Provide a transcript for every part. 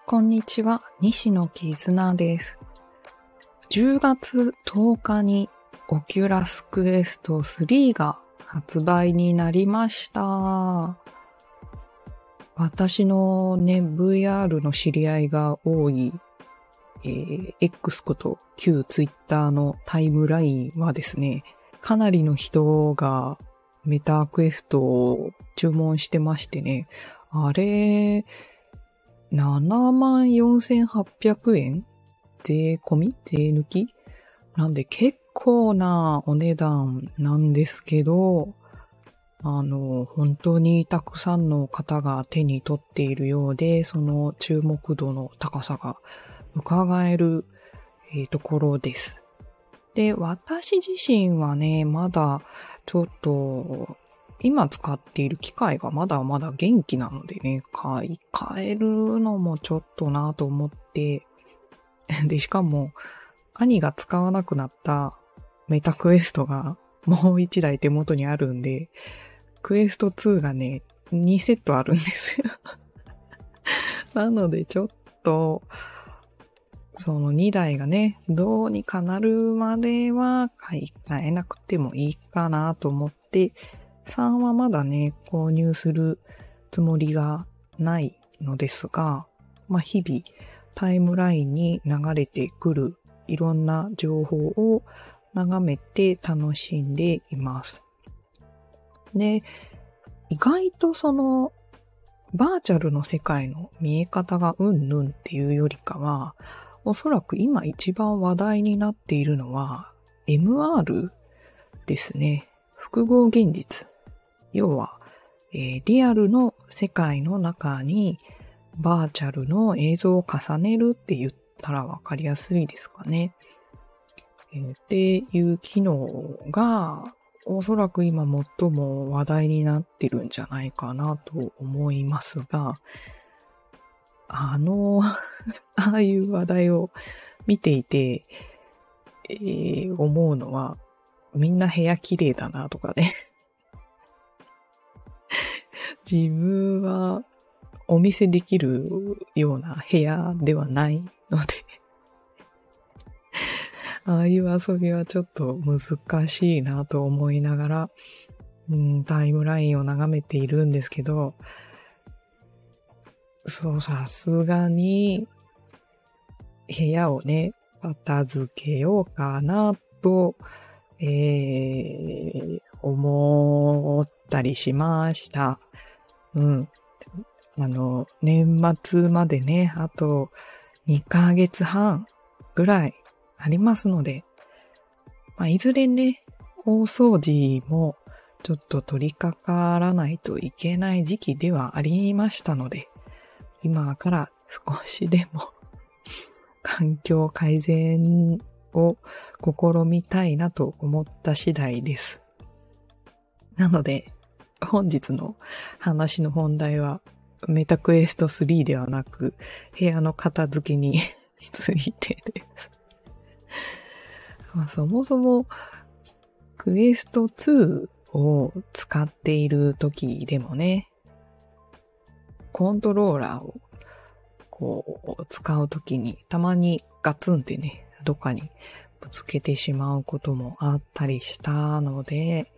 こんにちは、西野絆です。10月10日にオキュラスクエスト3が発売になりました。私のね、VR の知り合いが多い、X こと旧 Twitter のタイムラインはですね、かなりの人がメタクエストを注文してましてね、あれ、74,800円税込み税抜きなんで結構なお値段なんですけど、本当にたくさんの方が手に取っているようで、その注目度の高さが伺える、ところです。で、私自身はね、まだちょっと今使っている機械がまだまだ元気なのでね、買い替えるのもちょっとなと思って、で、しかも、兄が使わなくなったメタクエストがもう一台手元にあるんで、クエスト2がね、2セットあるんですよ。なのでちょっと、その2台がね、どうにかなるまでは買い替えなくてもいいかなと思って、3はまだね、購入するつもりがないのですが、日々タイムラインに流れてくるいろんな情報を眺めて楽しんでいます。で、意外とそのバーチャルの世界の見え方がうんぬんっていうよりかは、おそらく今一番話題になっているのは MR ですね。複合現実。要は、リアルの世界の中にバーチャルの映像を重ねるって言ったらわかりやすいですかね。っていう機能がおそらく今最も話題になってるんじゃないかなと思いますが、ああいう話題を見ていて、思うのは、みんな部屋綺麗だなとかね。自分はお見せできるような部屋ではないので、ああいう遊びはちょっと難しいなと思いながら、タイムラインを眺めているんですけど、そう、さすがに部屋をね、片付けようかなと、思ったりしました。年末までね、あと2ヶ月半ぐらいありますので、いずれね、大掃除もちょっと取り掛からないといけない時期ではありましたので、今から少しでも環境改善を試みたいなと思った次第です。なので、本日の話の本題はメタクエスト3ではなく、部屋の片付けについてです。そもそもクエスト2を使っている時でもね、コントローラーを使うときにたまにガツンってね、どっかにぶつけてしまうこともあったりしたので、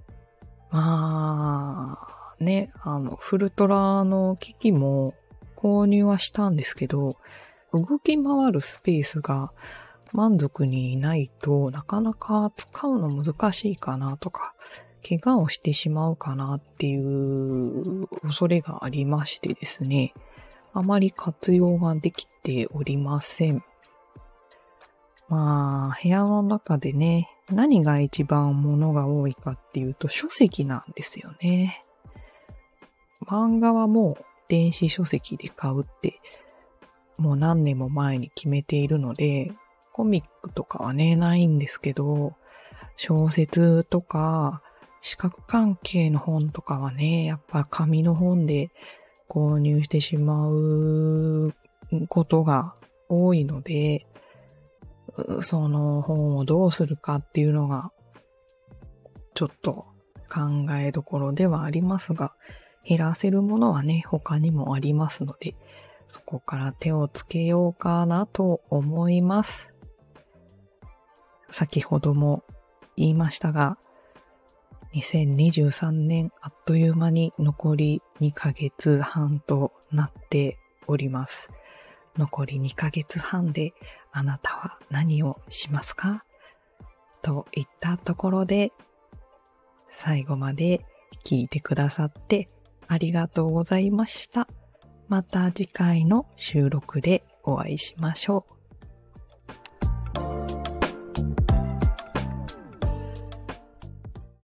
フルトラの機器も購入はしたんですけど、動き回るスペースが満足にないとなかなか使うの難しいかなとか、怪我をしてしまうかなっていう恐れがありましてですね、あまり活用ができておりません。部屋の中でね、何が一番物が多いかっていうと書籍なんですよね。漫画はもう電子書籍で買うってもう何年も前に決めているので、コミックとかはね、ないんですけど、小説とか視覚関係の本とかはね、やっぱ紙の本で購入してしまうことが多いので、その本をどうするかっていうのがちょっと考えどころではありますが、減らせるものはね、他にもありますので、 そこから手をつけようかなと思います。先ほども言いましたが、2023年あっという間に残り2ヶ月半となっております。残り2ヶ月半であなたは何をしますか？といったところで、最後まで聞いてくださってありがとうございました。また次回の収録でお会いしましょう。